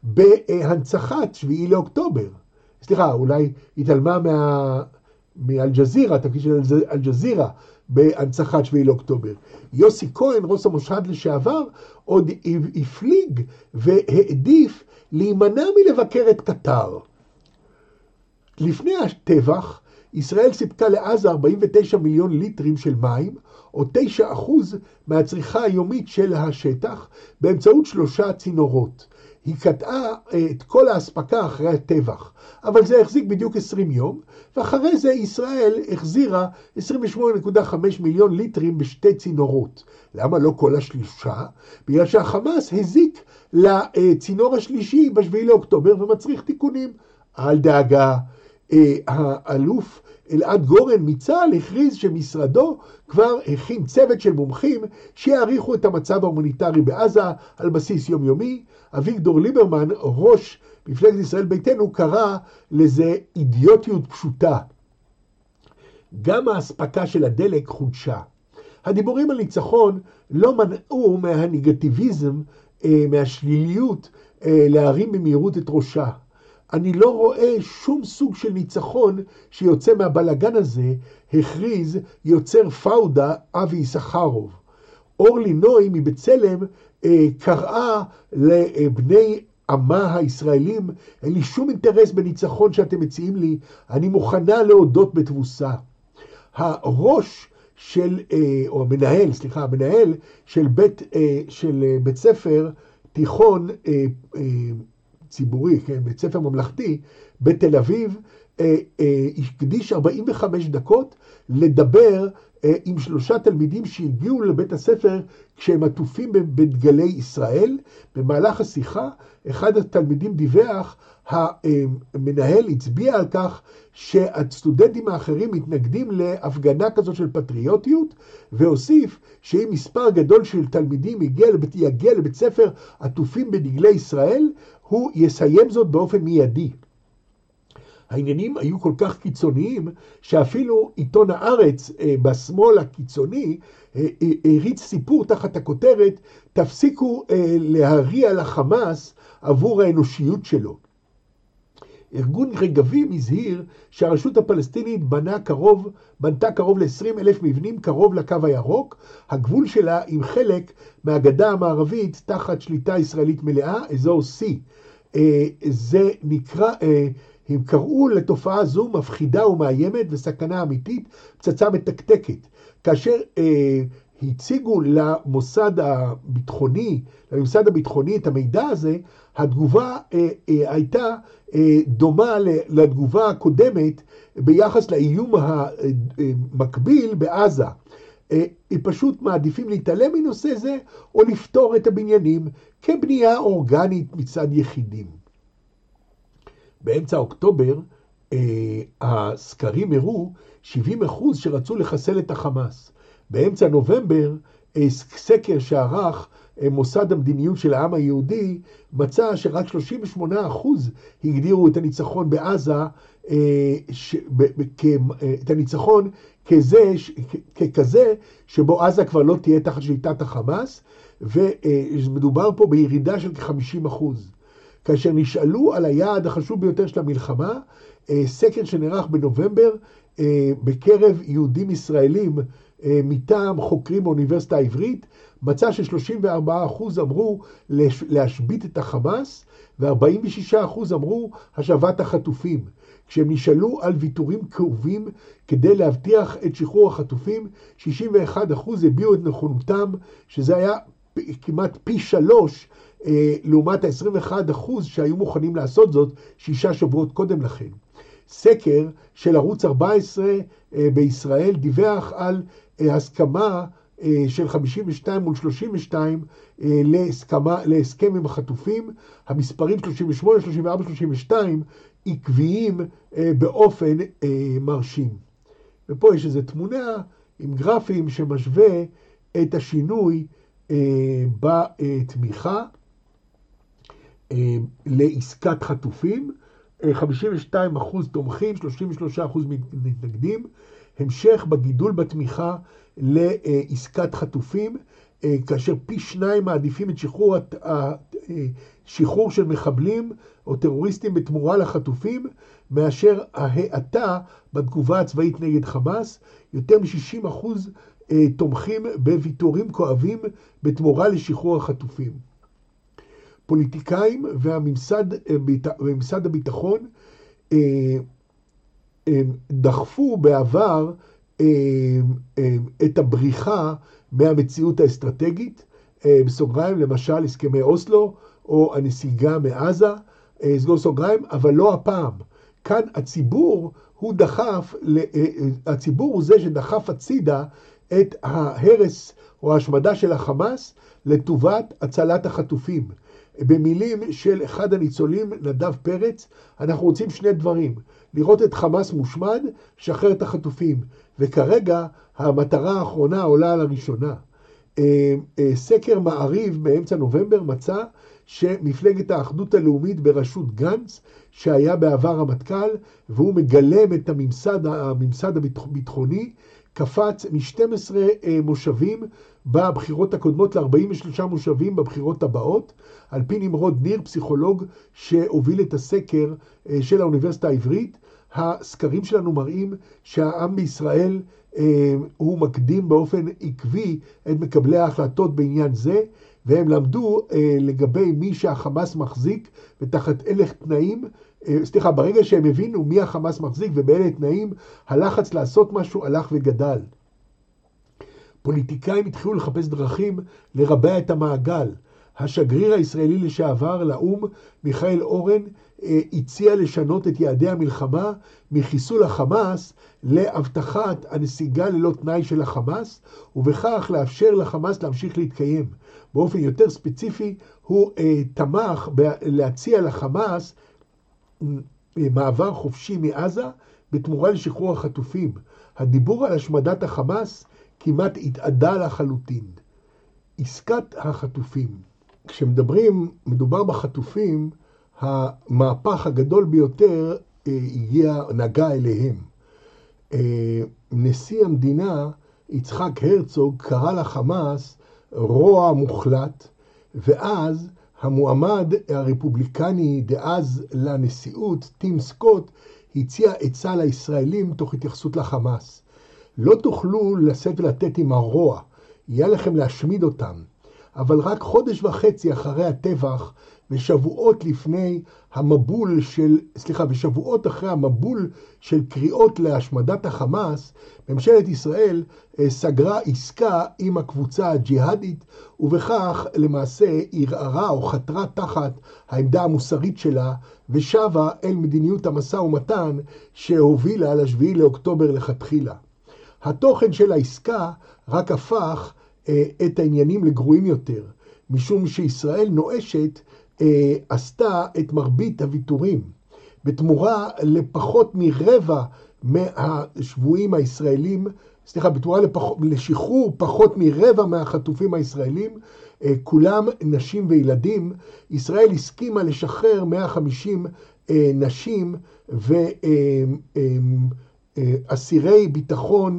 בהנצחת 7 לאוקטובר. אולי התעלמה מאל-ג'זירה, התפקיד של אל-ג'זירה בהנצחת 7 לאוקטובר. יוסי כהן, ראש המוסד לשעבר, עוד הפליג והעדיף להימנע מלבקר את קטר. לפני הטבח, ישראל סיפקה לעזה 49 מיליון ליטרים של מים, או 9% מהצריכה היומית של השטח, באמצעות 3 צינורות. היא קטעה את כל ההספקה אחרי הטבח, אבל זה החזיק בדיוק 20 יום, ואחרי זה ישראל החזירה 28.5 מיליון ליטרים בשתי צינורות. למה לא כל השלישה? בגלל שהחמאס הזיק לצינור השלישי ב7 לאוקטובר ומצריך תיקונים. על דאגה, האלוף אלעד גורן מצה"ל הכריז שמשרדו כבר הכין צוות של מומחים שיעריכו את המצב ההומניטרי בעזה על בסיס יומיומי. אביגדור ליברמן, ראש מפלגת ישראל ביתנו, קרא לזה אידיוטיות פשוטה. גם ההספקה של הדלק חודשה. הדיבורים על ניצחון לא מנעו מהנגטיביזם, מהשליליות, להרים במהירות את ראשה. אני לא רואה שום סוג של ניצחון שיוצא מהבלגן הזה, הכריז יוצר פאודה אבי יששכרוב. אורלי נוי מבצלם קראה לבני עמה הישראלים, אין לי שום אינטרס בניצחון שאתם מציעים לי, אני מוכנה להודות בתבוסה. הראש של, או המנהל של בית ספר תיכון ציבורי, כן, בית ספר ממלכתי בתל אביב, הקדיש 45 דקות לדבר עם 3 תלמידים שהגיעו לבית הספר כשהם עטופים בדגלי ישראל. במהלך השיחה, אחד התלמידים דיווח, המנהל הצביע על כך שהסטודנטים האחרים מתנגדים להפגנה כזאת של פטריוטיות, והוסיף שאם מספר גדול של תלמידים יגיע לבית ספר עטופים בדגלי ישראל, הוא יסיים זאת באופן מיידי. העניינים היו כל כך קיצוניים, שאפילו עיתון הארץ בשמאל הקיצוני הריץ סיפור תחת הכותרת, תפסיקו להריע לחמאס עבור האנושיות שלו. ארגון רגבים הזהיר שהרשות הפלסטינית בנתה קרוב ל-20,000 מבנים קרוב לקו הירוק, הגבול שלה עם חלק מהגדה המערבית תחת שליטה ישראלית מלאה, אזור C. זה נקרא, הם קראו לתופעה זו מפחידה ומאיימת וסכנה אמיתית, פצצה מתקתקת. כאשר הציגו לממסד הביטחוני את המידע הזה, התגובה הייתה דומה לתגובה הקודמת ביחס לאיום המקביל בעזה. הם פשוט מעדיפים להתעלם מנושא זה או לפתור את הבניינים כבנייה אורגנית מצד יחידים. באמצע אוקטובר הסקרים הראו 70% שרצו לחסל את החמאס. באמצע נובמבר סקר שערך מוסד המדיניות של העם היהודי מצא שרק 38% הגדירו את הניצחון בעזה, את הניצחון ככזה שבו עזה כבר לא תהיה תחת שליטת החמאס, ומדובר פה בירידה של כ-50%. כאשר נשאלו על היעד החשוב ביותר של המלחמה, סקר שנערך בנובמבר בקרב יהודים ישראלים מטעם חוקרים באוניברסיטה העברית, מצא ש34% אמרו להשבית את החמאס, ו46% אמרו השבת החטופים. כשהם נשאלו על ויתורים כאובים כדי להבטיח את שחרור החטופים, 61% הביעו את נכונותם, שזה היה כמעט פי 3, לעומת ה-21% שהיו מוכנים לעשות זאת 6 שבועות קודם לכן. סקר של ערוץ 14 בישראל דיווח על הסכמה של 52 מול 32 להסכם עם החטופים. המספרים 38, 34, 32 עקביים באופן מרשים. ופה יש איזו תמונה עם גרפים שמשווה את השינוי בתמיכה לעסקת חטופים. 52% תומכים, 33% מתנגדים. המשך בגידול בתמיכה לעסקת חטופים, כאשר פי 2 מעדיפים את שחרור של מחבלים או טרוריסטים בתמורה לחטופים, מאשר ההאטה בתגובה הצבאית נגד חמאס. יותר מ-60% תומכים בוויתורים כואבים בתמורה לשחרור החטופים. פוליטיקאים וממסד הביטחון דחפו בעבר את הבריחה מהמציאות האסטרטגית, בסוגריים למשל הסכמי אוסלו או הנסיגה מעזה, סגור סוגריים, אבל לא הפעם. כאן הציבור הוא זה שדחף הצידה את ההרס או ההשמדה של החמאס לטובת הצלת החטופים. במילים של אחד הניצולים, נדב פרץ, אנחנו רוצים 2 דברים: לראות את חמאס מושמד, שחרר את החטופים. וכרגע המטרה האחרונה עולה על הראשונה. סקר מעריב באמצע נובמבר מצא שמפלגת האחדות הלאומית בראשות גנץ, שהיה בעבר המטכ"ל, והוא מגלם את הממסד הביטחוני, קפץ מ-12 מושבים בבחירות הקודמות ל-43 מושבים בבחירות הבאות. על פי נמרוד ניר, פסיכולוג שהוביל את הסקר של האוניברסיטה העברית, הסקרים שלנו מראים שהעם בישראל הוא מקדים באופן עקבי את מקבלי ההחלטות בעניין זה, והם למדו לגבי מי שהחמאס מחזיק, ותחת אלה תנאים, ברגע שהם הבינו מי החמאס מחזיק ובאלה תנאים, הלחץ לעשות משהו הלך וגדל. פוליטיקאים התחילו לחפש דרכים לרבע את המעגל. השגריר הישראלי לשעבר לאום, מיכאל אורן, הציע לשנות את יעדי המלחמה מחיסול החמאס להבטחת הנסיגה ללא תנאי של החמאס, ובכך לאפשר לחמאס להמשיך להתקיים. באופן יותר ספציפי, הוא תמך להציע לחמאס מעבר חופשי מעזה בתמורה לשחרור החטופים. הדיבור על השמדת החמאס כמעט התאדה לחלוטין. עסקת החטופים. כשמדובר בחטופים, המהפך הגדול ביותר נגע אליהם. נשיא המדינה, יצחק הרצוג, קרא לחמאס רוע מוחלט, ואז המועמד הרפובליקני דאז לנשיאות, טים סקוט, הציע עצה לישראלים תוך התייחסות לחמאס. לא תוכלו לשאת ולתת עם הרוע, יהיה לכם להשמיד אותם. אבל רק חודש וחצי אחרי הטבח, ושבועות אחרי המבול של קריאות להשמדת החמאס, ממשלת ישראל סגרה עסקה עם הקבוצה הג'יהדית, ובכך למעשה ערערה או חתרה תחת העמדה המוסרית שלה, ושבה אל מדיניות המשא ומתן שהובילה ל7 לאוקטובר לכתחילה. התוכן של העסקה רק הפך את העניינים לגרועים יותר, משום שישראל נואשת עשתה את מרבית הוויתורים, בתמורה לפחות מרבע מהשבויים הישראלים, בתמורה לשחרור פחות מרבע מהחטופים הישראלים, כולם נשים וילדים. ישראל הסכימה לשחרר 150 נשים ואסירי ביטחון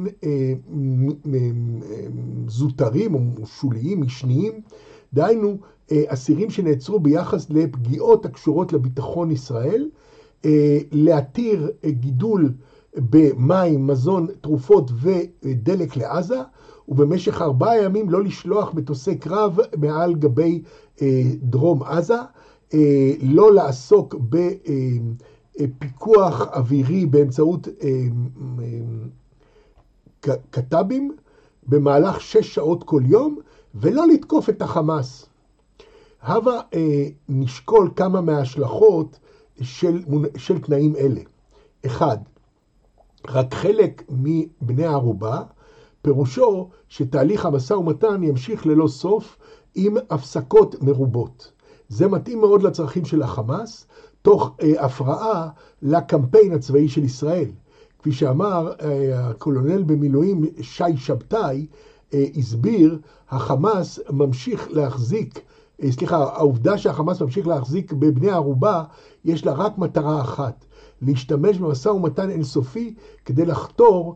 זוטרים או שוליים, משניים, דהיינו אסירים שנעצרו ביחס לפגיעות הקשורות לביטחון ישראל, להתיר גידול במים, מזון, תרופות ודלק לעזה, ובמשך 4 ימים לא לשלוח מטוסי קרב מעל גבי דרום עזה, לא לעסוק בפיקוח אווירי באמצעות כט"בים במהלך 6 שעות כל יום, ולא לתקוף את החמאס. הבה נשקול כמה מההשלכות של תנאים אלה. 1. רק חלק מבני הערובה, פירושו שתהליך המשא ומתן ימשיך ללא סוף עם הפסקות מרובות. זה מתאים מאוד לצרכים של החמאס, תוך הפרעה לקמפיין הצבאי של ישראל. כפי שאמר הקולונל במילואים שי שבתאי, הסביר, העובדה שהחמאס ממשיך להחזיק בבני הערובה, יש לה רק מטרה אחת, להשתמש במשא ומתן אינסופי כדי לחתור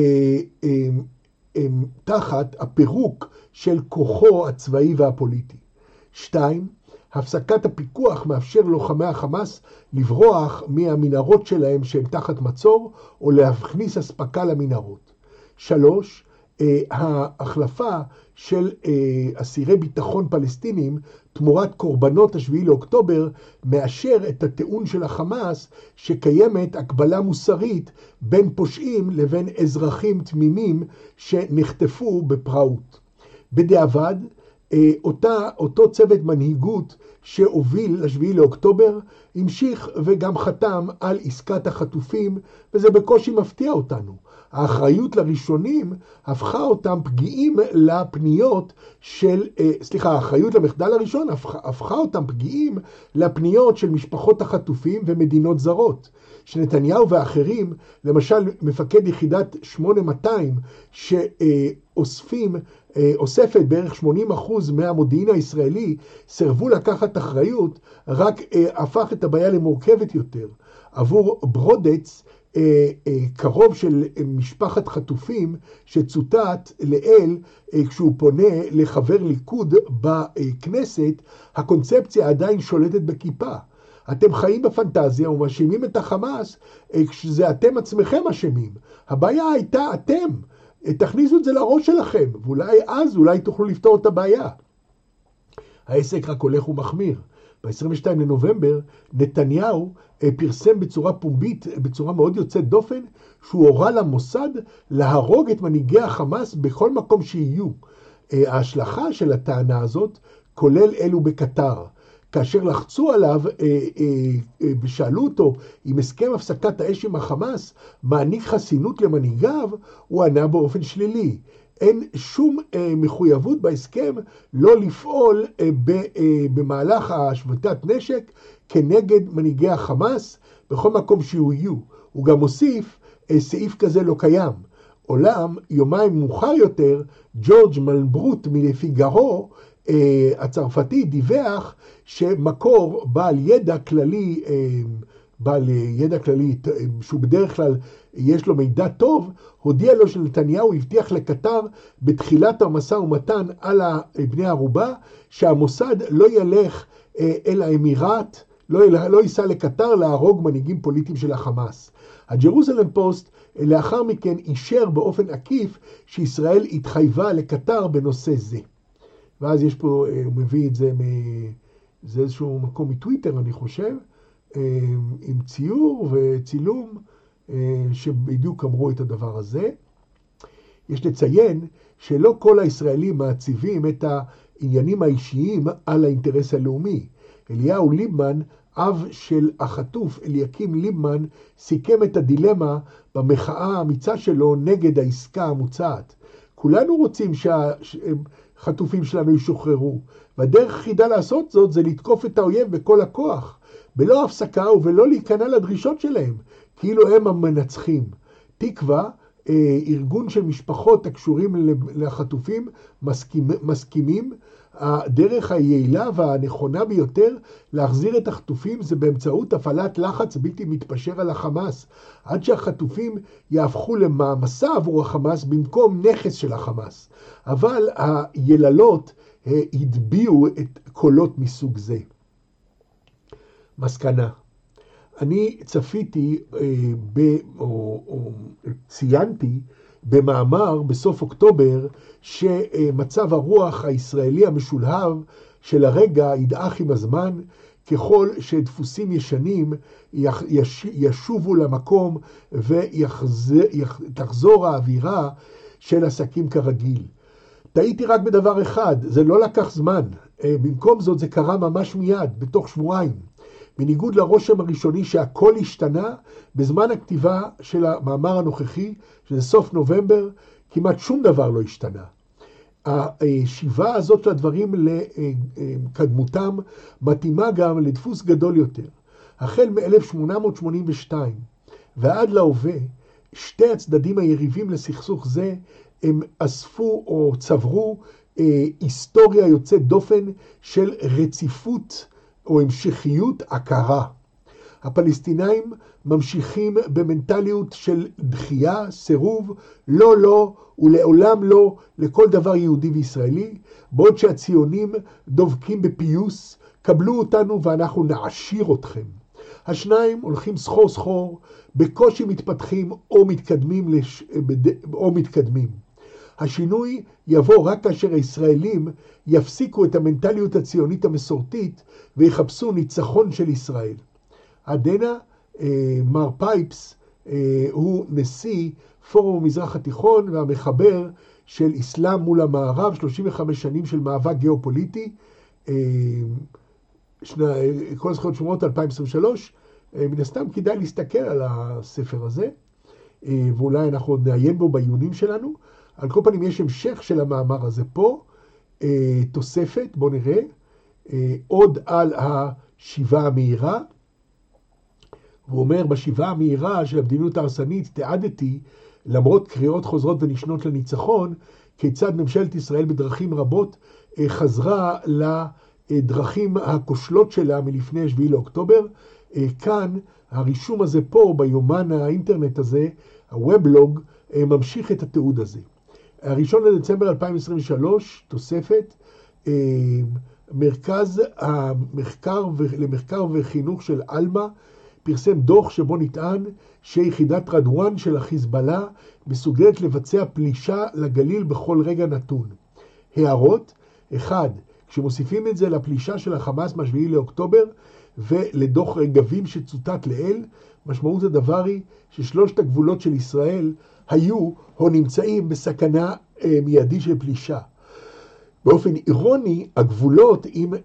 תחת הפירוק של כוחו הצבאי והפוליטי. 2. הפסקת הפיקוח מאפשר לוחמי החמאס לברוח מהמנהרות שלהם שהם תחת מצור, או להכניס הספקה למנהרות. 3. ההחלפה של אסירי ביטחון פלסטינים תמורת קורבנות ה7 לאוקטובר מאשר את הטיעון של החמאס שקיימת הקבלה מוסרית בין פושעים לבין אזרחים תמימים שנחטפו בפראות. בדיעבד, אותו צוות מנהיגות שהוביל ל7 לאוקטובר המשיך וגם חתם על עסקת החטופים, וזה בקושי מפתיע אותנו. האחריות לראשונים הפכה אותם פגיעים לפניות האחריות למחדל הראשון הפכה אותם פגיעים לפניות של משפחות החטופים ומדינות זרות. שנתניהו ואחרים, למשל מפקד יחידת 8200 אוספת בערך 80% מהמודיעין הישראלי, סרבו לקחת אחריות, רק הפך את הבעיה למורכבת יותר. עבור ברודץ, קרוב של משפחת חטופים, שצוטט לאל כשהוא פונה לחבר ליכוד בכנסת, הקונספציה עדיין שולטת בכיפה. אתם חיים בפנטזיה ומאשימים את החמאס כשזה אתם עצמכם אשמים. הבעיה הייתה אתם. תכניסו את זה לראש שלכם, ואולי תוכלו לפתור את הבעיה. העסק רק הולך ומחמיר. ב-22 לנובמבר נתניהו פרסם בצורה פומבית, בצורה מאוד יוצאת דופן, שהוא הורה למוסד להרוג את מנהיגי החמאס בכל מקום שיהיו. ההשלכה של הטענה הזאת כולל אלו בקטר. כאשר לחצו עליו ושאלו אותו אם הסכם הפסקת האש עם החמאס מעניק חסינות למנהיגיו, הוא ענה באופן שלילי. אין שום מחויבות בהסכם לא לפעול במהלך השבתת נשק כנגד מנהיגי החמאס בכל מקום שיהיו. הוא גם הוסיף, סעיף כזה לא קיים. עולם, יומיים מאוחר יותר, ג'ורג' מלברוט מפיגארו הצרפתי דיווח שמקור בעל ידע כללי בעל ידע כללי, שהוא בדרך כלל יש לו מידע טוב, הודיע לו שנתניהו הבטיח לקטר בתחילת המשא ומתן על בני הערובה, שהמוסד לא ילך אל האמירט, לא ייסע לקטר להרוג מנהיגים פוליטיים של החמאס. הג'רוזלם פוסט לאחר מכן אישר באופן עקיף שישראל התחייבה לקטר בנושא זה. ואז יש פה, הוא מביא את זה, זה איזשהו מקום מטוויטר אני חושב, עם ציור וצילום שבדיוק אמרו את הדבר הזה. יש לציין שלא כל הישראלים מעציבים את העניינים האישיים על האינטרס הלאומי. אליהו ליבמן, אב של החטוף אליקים ליבמן, סיכם את הדילמה במחאה האמיצה שלו נגד העסקה המוצעת. כולנו רוצים שהחטופים שלנו ישוחררו, והדרך היחידה לעשות זאת זה לתקוף את האויב בכל הכוח, בלא הפסקה ובלא להיכנע לדרישות שלהם, כאילו הם המנצחים. תקווה, ארגון של משפחות הקשורים לחטופים, מסכימים, הדרך היעילה והנכונה ביותר להחזיר את החטופים זה באמצעות הפעלת לחץ בלתי מתפשר על החמאס, עד שהחטופים יהפכו למעמסה עבור החמאס במקום נכס של החמאס. אבל היללות הדביעו את קולות מסוג זה. מסקנה. אני צפיתי או ציינתי במאמר בסוף אוקטובר שמצב הרוח הישראלי המשולהב של הרגע ידעך עם הזמן, ככל שדפוסים ישנים ישובו למקום ותחזור האווירה של עסקים כרגיל. טעיתי רק בדבר אחד, זה לא לקח זמן. במקום זאת זה קרה ממש מיד, בתוך שבועיים. בניגוד לרושם הראשוני שהכל השתנה, בזמן הכתיבה של המאמר הנוכחי, שזה סוף נובמבר, כמעט שום דבר לא השתנה. השיבה הזאת של הדברים לקדמותם מתאימה גם לדפוס גדול יותר. החל מ-1882 ועד להווה, שתי הצדדים היריבים לסכסוך זה, הם אספו או צברו היסטוריה יוצאת דופן של רציפות או המשכיות הכרה. הפלסטינאים ממשיכים במנטליות של דחייה, סירוב, לא, לא ולעולם לא לכל דבר יהודי וישראלי, בעוד שהציונים דובקים בפיוס, קבלו אותנו ואנחנו נעשיר אתכם. השניים הולכים סחור סחור, בקושי מתפתחים או מתקדמים. השינוי יבוא רק כאשר הישראלים יפסיקו את המנטליות הציונית המסורתית ויחפשו ניצחון של ישראל. עד הנה, מר פייפס הוא נשיא פורום המזרח התיכון והמחבר של אסלאם מול המערב, 35 שנים של מאבק גיאופוליטי, כל הזכויות שומרות 2023. מן הסתם כדאי להסתכל על הספר הזה, ואולי אנחנו עוד נעיין בו בעיונים שלנו. על כל פנים יש המשך של המאמר הזה פה, תוספת, בוא נראה, עוד על השיבה המהירה. הוא אומר, בשיבה המהירה של המדיניות ההרסנית תיעדתי, למרות קריאות חוזרות ונשנות לניצחון, כיצד ממשלת ישראל בדרכים רבות חזרה לדרכים הכושלות שלה מלפני 7 לאוקטובר. כאן, הרישום הזה פה, ביומן האינטרנט הזה, הוובלוג, ממשיך את התיעוד הזה. הראשון לדצמבר 2023, תוספת, מרכז למחקר וחינוך של אלמה, פרסם דוח שבו נטען שיחידת רדואן של החיזבאללה מסוגלת לבצע פלישה לגליל בכל רגע נתון. הערות, 1. כשמוסיפים את זה לפלישה של החמאס מ-7 לאוקטובר ולדוח רגבים שצוטט לעיל, משמעות הדבר היא ששלושת הגבולות של ישראל היו או נמצאים בסכנה מיידי של פלישה. באופן אירוני, הגבולות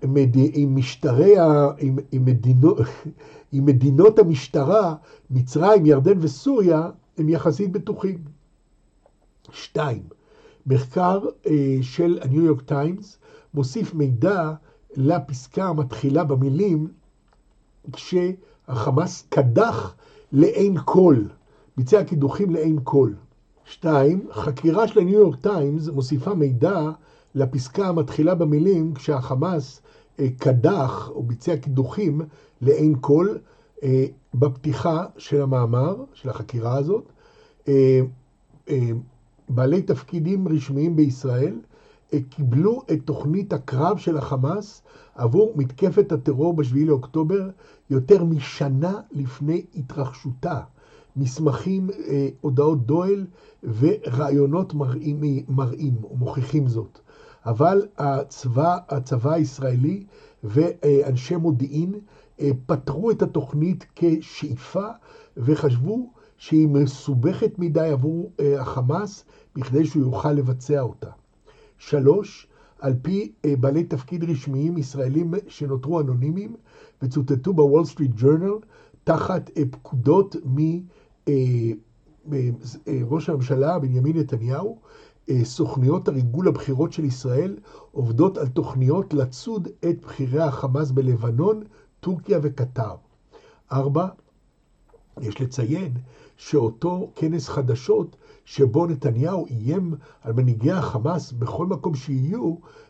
עם מדינות המשטרה, מצרים, ירדן וסוריה, הם יחסית בטוחים. 2. מחקר של הניו יורק טיימס מוסיף מידע לפסקה המתחילה במילים כשהחמאס קדח לאין כל, ביצע קידוחים לאין כל. 2. חקירה של הניו יורק טיימס מוסיפה מידע לפסקה המתחילה במילים כשהחמאס קדח או ביצע קידוחים לאין כל, בפתיחה של המאמר, של החקירה הזאת, בעלי תפקידים רשמיים בישראל קיבלו את תוכנית הקרב של החמאס עבור מתקפת הטרור ב7 לאוקטובר יותר משנה לפני התרחשותה. מסמכים, הודעות דואל ורעיונות מראים ומוכיחים זאת. אבל הצבא הישראלי ואנשי מודיעין פתרו את התוכנית כשאיפה וחשבו שהיא מסובכת מדי עבור החמאס בכדי שהוא יוכל לבצע אותה. 3. על פי בעלי תפקיד רשמיים ישראלים שנותרו אנונימיים וצוטטו בוול סטריט ג'ורנל תחת פקודות מראש הממשלה בנימין נתניהו, סוכניות הריגול הבחירות של ישראל עובדות על תוכניות לצוד את בכירי החמאס בלבנון, טורקיה וקטר. 4. יש לציין שאותו כנס חדשות שבו נתניהו איים על מנהיגי החמאס בכל מקום שיהיו,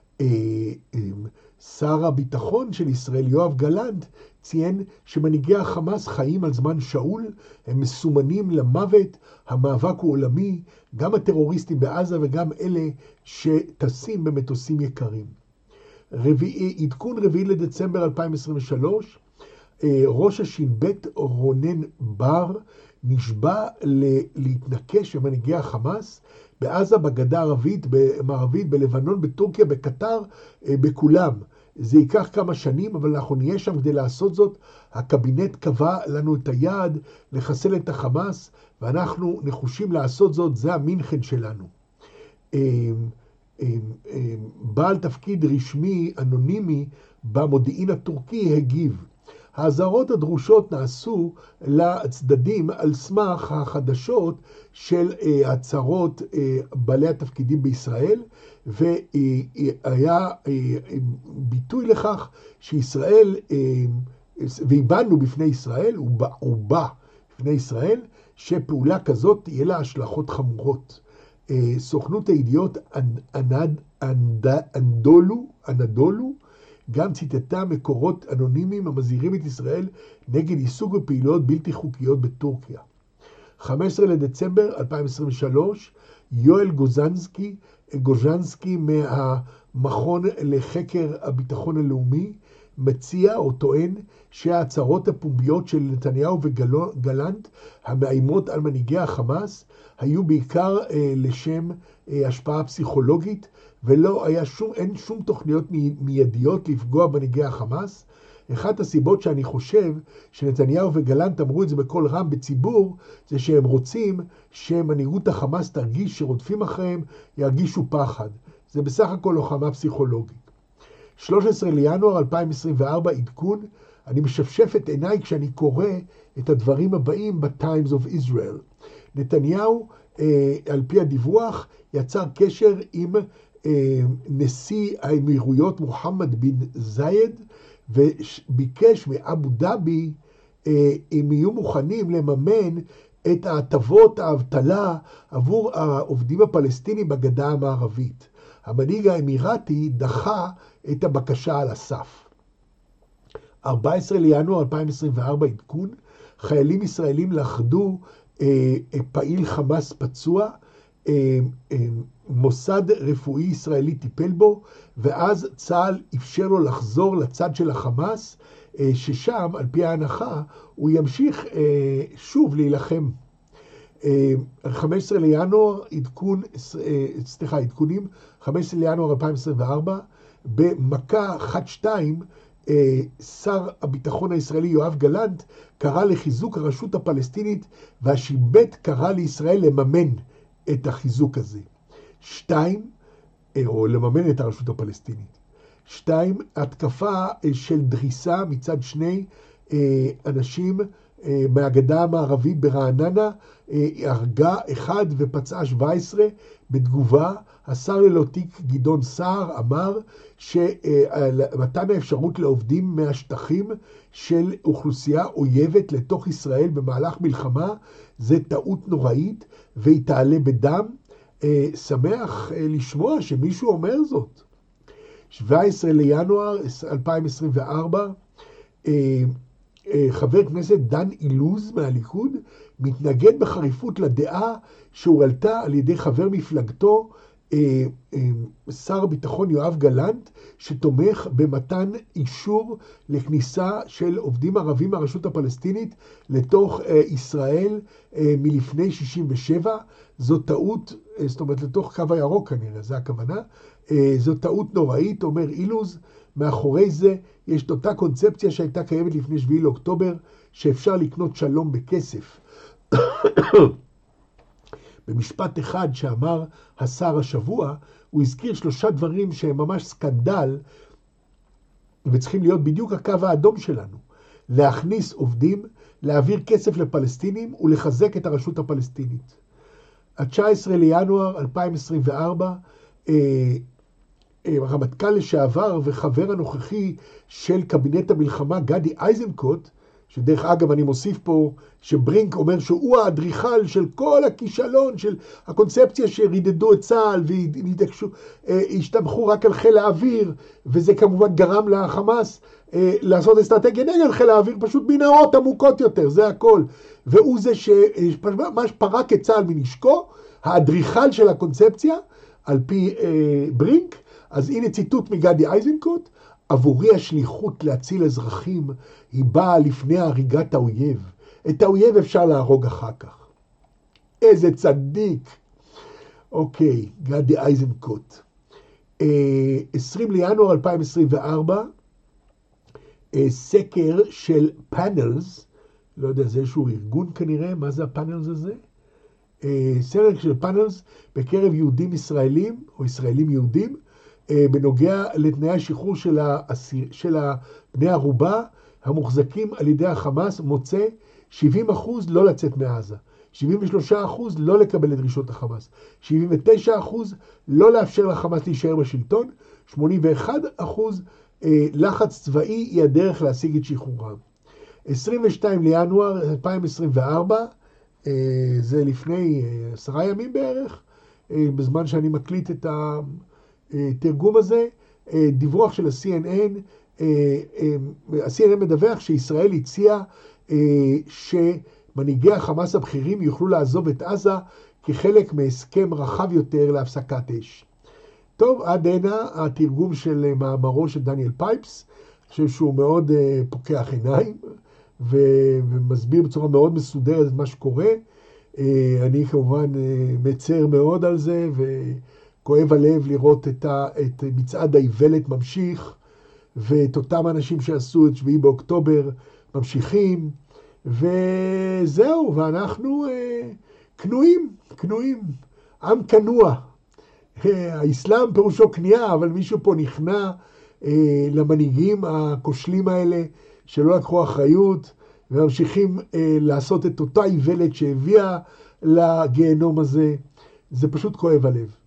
שר הביטחון של ישראל יואב גלנט ציין שמנהיגי החמאס חיים על זמן שאול, הם מסומנים למוות, המאבק הוא עולמי, גם הטרוריסטים בעזה וגם אלה שטסים במטוסים יקרים. עדכון 4 לדצמבר 2023, ראש הש"ב רונן בר נשבע להתנקש במנהיגי החמאס בעזה, בגדה הערבית, במערבית, בלבנון, בטורקיה, בקטר, בכולם. זה ייקח כמה שנים, אבל אנחנו נהיה שם כדי לעשות זאת. הקבינט קבע לנו את היעד לחסל את החמאס, ואנחנו נחושים לעשות זאת, זה המינכן שלנו. בעל תפקיד רשמי אנונימי במודיעין הטורקי הגיב. ההזהרות הדרושות נעשו לצדדים על סמך החדשות של הצהרות בעלי התפקידים בישראל, והיה ביטוי לכך שישראל, והבנו בפני ישראל, הוא בא בפני ישראל, שפעולה כזאת תהיה לה השלכות חמורות. סוכנות הידיעות אנדולו גם ציטטה מקורות אנונימיים המזהירים את ישראל נגד עיסוק בפעילויות בלתי חוקיות בטורקיה. 15 לדצמבר 2023, יואל גוז'נסקי מהמכון לחקר הביטחון הלאומי מציע או טוען שההצהרות הפומביות של נתניהו וגלנט המאיימות על מנהיגי החמאס היו בעיקר לשם השפעה פסיכולוגית, אין שום תוכניות מיידיות לפגוע במנהיגי החמאס. אחת הסיבות שאני חושב שנתניהו וגלנט אמרו את זה בכל רם בציבור, זה שהם רוצים שמנהיגות החמאס תרגיש שרודפים אחריהם, ירגישו פחד. זה בסך הכל לוחמה פסיכולוגית. 13 לינואר 2024 עדכון, אני משפשף את עיניי כשאני קורא את הדברים הבאים ב-Times of Israel. נתניהו, על פי הדיווח, יצר קשר עם נשיא האמירויות מוחמד בן זייד, וביקש מאבו דאבי אם יהיו מוכנים לממן את ההטבות האבטלה עבור העובדים הפלסטינים בגדה המערבית. המנהיג האמירתי דחה את הבקשה על הסף. 14 לינואר 2024 עדכון, חיילים ישראלים לכדו פעיל חמאס פצוע, מוסד רפואי ישראלי טיפל בו, ואז צה"ל אפשר לו לחזור לצד של החמאס, ששם על פי ההנחה הוא ימשיך שוב להילחם. 15 לינואר עדכונים, 15 לינואר 2024, במכה 1-2, שר הביטחון הישראלי יואב גלנט קרא לחיזוק הרשות הפלסטינית, והשיבט קרא לישראל לממן את החיזוק הזה. 2, או לממן את הרשות הפלסטינית. 2, התקפה של דריסה מצד שני אנשים מהגדה המערבית ברעננה, הרגה 1 ופצעה 17. בתגובה, השר ללא תיק גדעון סער אמר שמתן האפשרות לעובדים מהשטחים של אוכלוסייה אויבת לתוך ישראל במהלך מלחמה זה טעות נוראית והיא תעלה בדם. שמח לשמוע שמישהו אומר זאת. 17 לינואר 2024, חבר כנסת דן אילוז מהליכוד מתנגד בחריפות לדעה שהועלתה על ידי חבר מפלגתו, שר הביטחון יואב גלנט, שתומך במתן אישור לכניסה של עובדים ערבים מהרשות הפלסטינית לתוך ישראל מלפני 67. זו טעות, זאת אומרת לתוך קו הירוק כנראה, זה הכוונה. זו טעות נוראית, אומר אילוז. מאחורי זה יש את אותה קונספציה שהייתה קיימת לפני 7 לאוקטובר, שאפשר לקנות שלום בכסף. במשפט אחד שאמר השר השבוע, הוא הזכיר 3 דברים שהם ממש סקנדל, וצריכים להיות בדיוק הקו האדום שלנו. להכניס עובדים, להעביר כסף לפלסטינים ולחזק את הרשות הפלסטינית. ה-19 לינואר 2024, הרמטכ"ל לשעבר וחבר הנוכחי של קבינט המלחמה גדי איזנקוט, שדרך אגב אני מוסיף פה שברינק אומר שהוא האדריכל של כל הכישלון של הקונספציה שרידדו את צה"ל והשתמכו רק על חיל האוויר, וזה כמובן גרם לחמאס לעשות אסטרטגיה נגד חיל האוויר, פשוט מנהרות עמוקות יותר, זה הכל. והוא זה שממש פרק את צה"ל מנשקו, האדריכל של הקונספציה על פי ברינק. אז הנה ציטוט מגדי איזנקוט: עבורי השליחות להציל אזרחים היא באה לפני הריגת האויב. את האויב אפשר להרוג אחר כך. איזה צדיק. אוקיי, גדי איזנקוט. 20 לינואר 2024, סקר של פאנלס, לא יודע, זה איזשהו ארגון כנראה, מה זה הפאנלס הזה? סקר של פאנלס בקרב יהודים ישראלים, או ישראלים יהודים, בנוגע לתנאי השחרור של בני ערובה המוחזקים על ידי החמאס, מוצא 70% לא לצאת מעזה, 73% לא לקבל את דרישות החמאס, 79% לא לאפשר לחמאס להישאר בשלטון, 81% לחץ צבאי היא הדרך להשיג את שחרורם. 22 לינואר 2024, זה לפני 10 ימים בערך, בזמן שאני מקליט את התרגום הזה, דיווח של ה-CNN, ה-CNN מדווח שישראל הציעה שמנהיגי החמאס הבכירים יוכלו לעזוב את עזה כחלק מהסכם רחב יותר להפסקת אש. טוב, עד הנה התרגום של מאמרו של דניאל פייפס, אני חושב שהוא מאוד פוקח עיניים ומסביר בצורה מאוד מסודרת את מה שקורה. אני כמובן מצר מאוד על זה וכואב הלב לראות את מצעד האיוולת ממשיך, ואת אותם אנשים שעשו את 7 באוקטובר ממשיכים, וזהו, ואנחנו כנועים, עם כנוע. האסלאם פירושו כניעה, אבל מישהו פה נכנע למנהיגים הכושלים האלה שלא לקחו אחריות, וממשיכים לעשות את אותה איוולת שהביאה לגיהנום הזה. זה פשוט כואב הלב.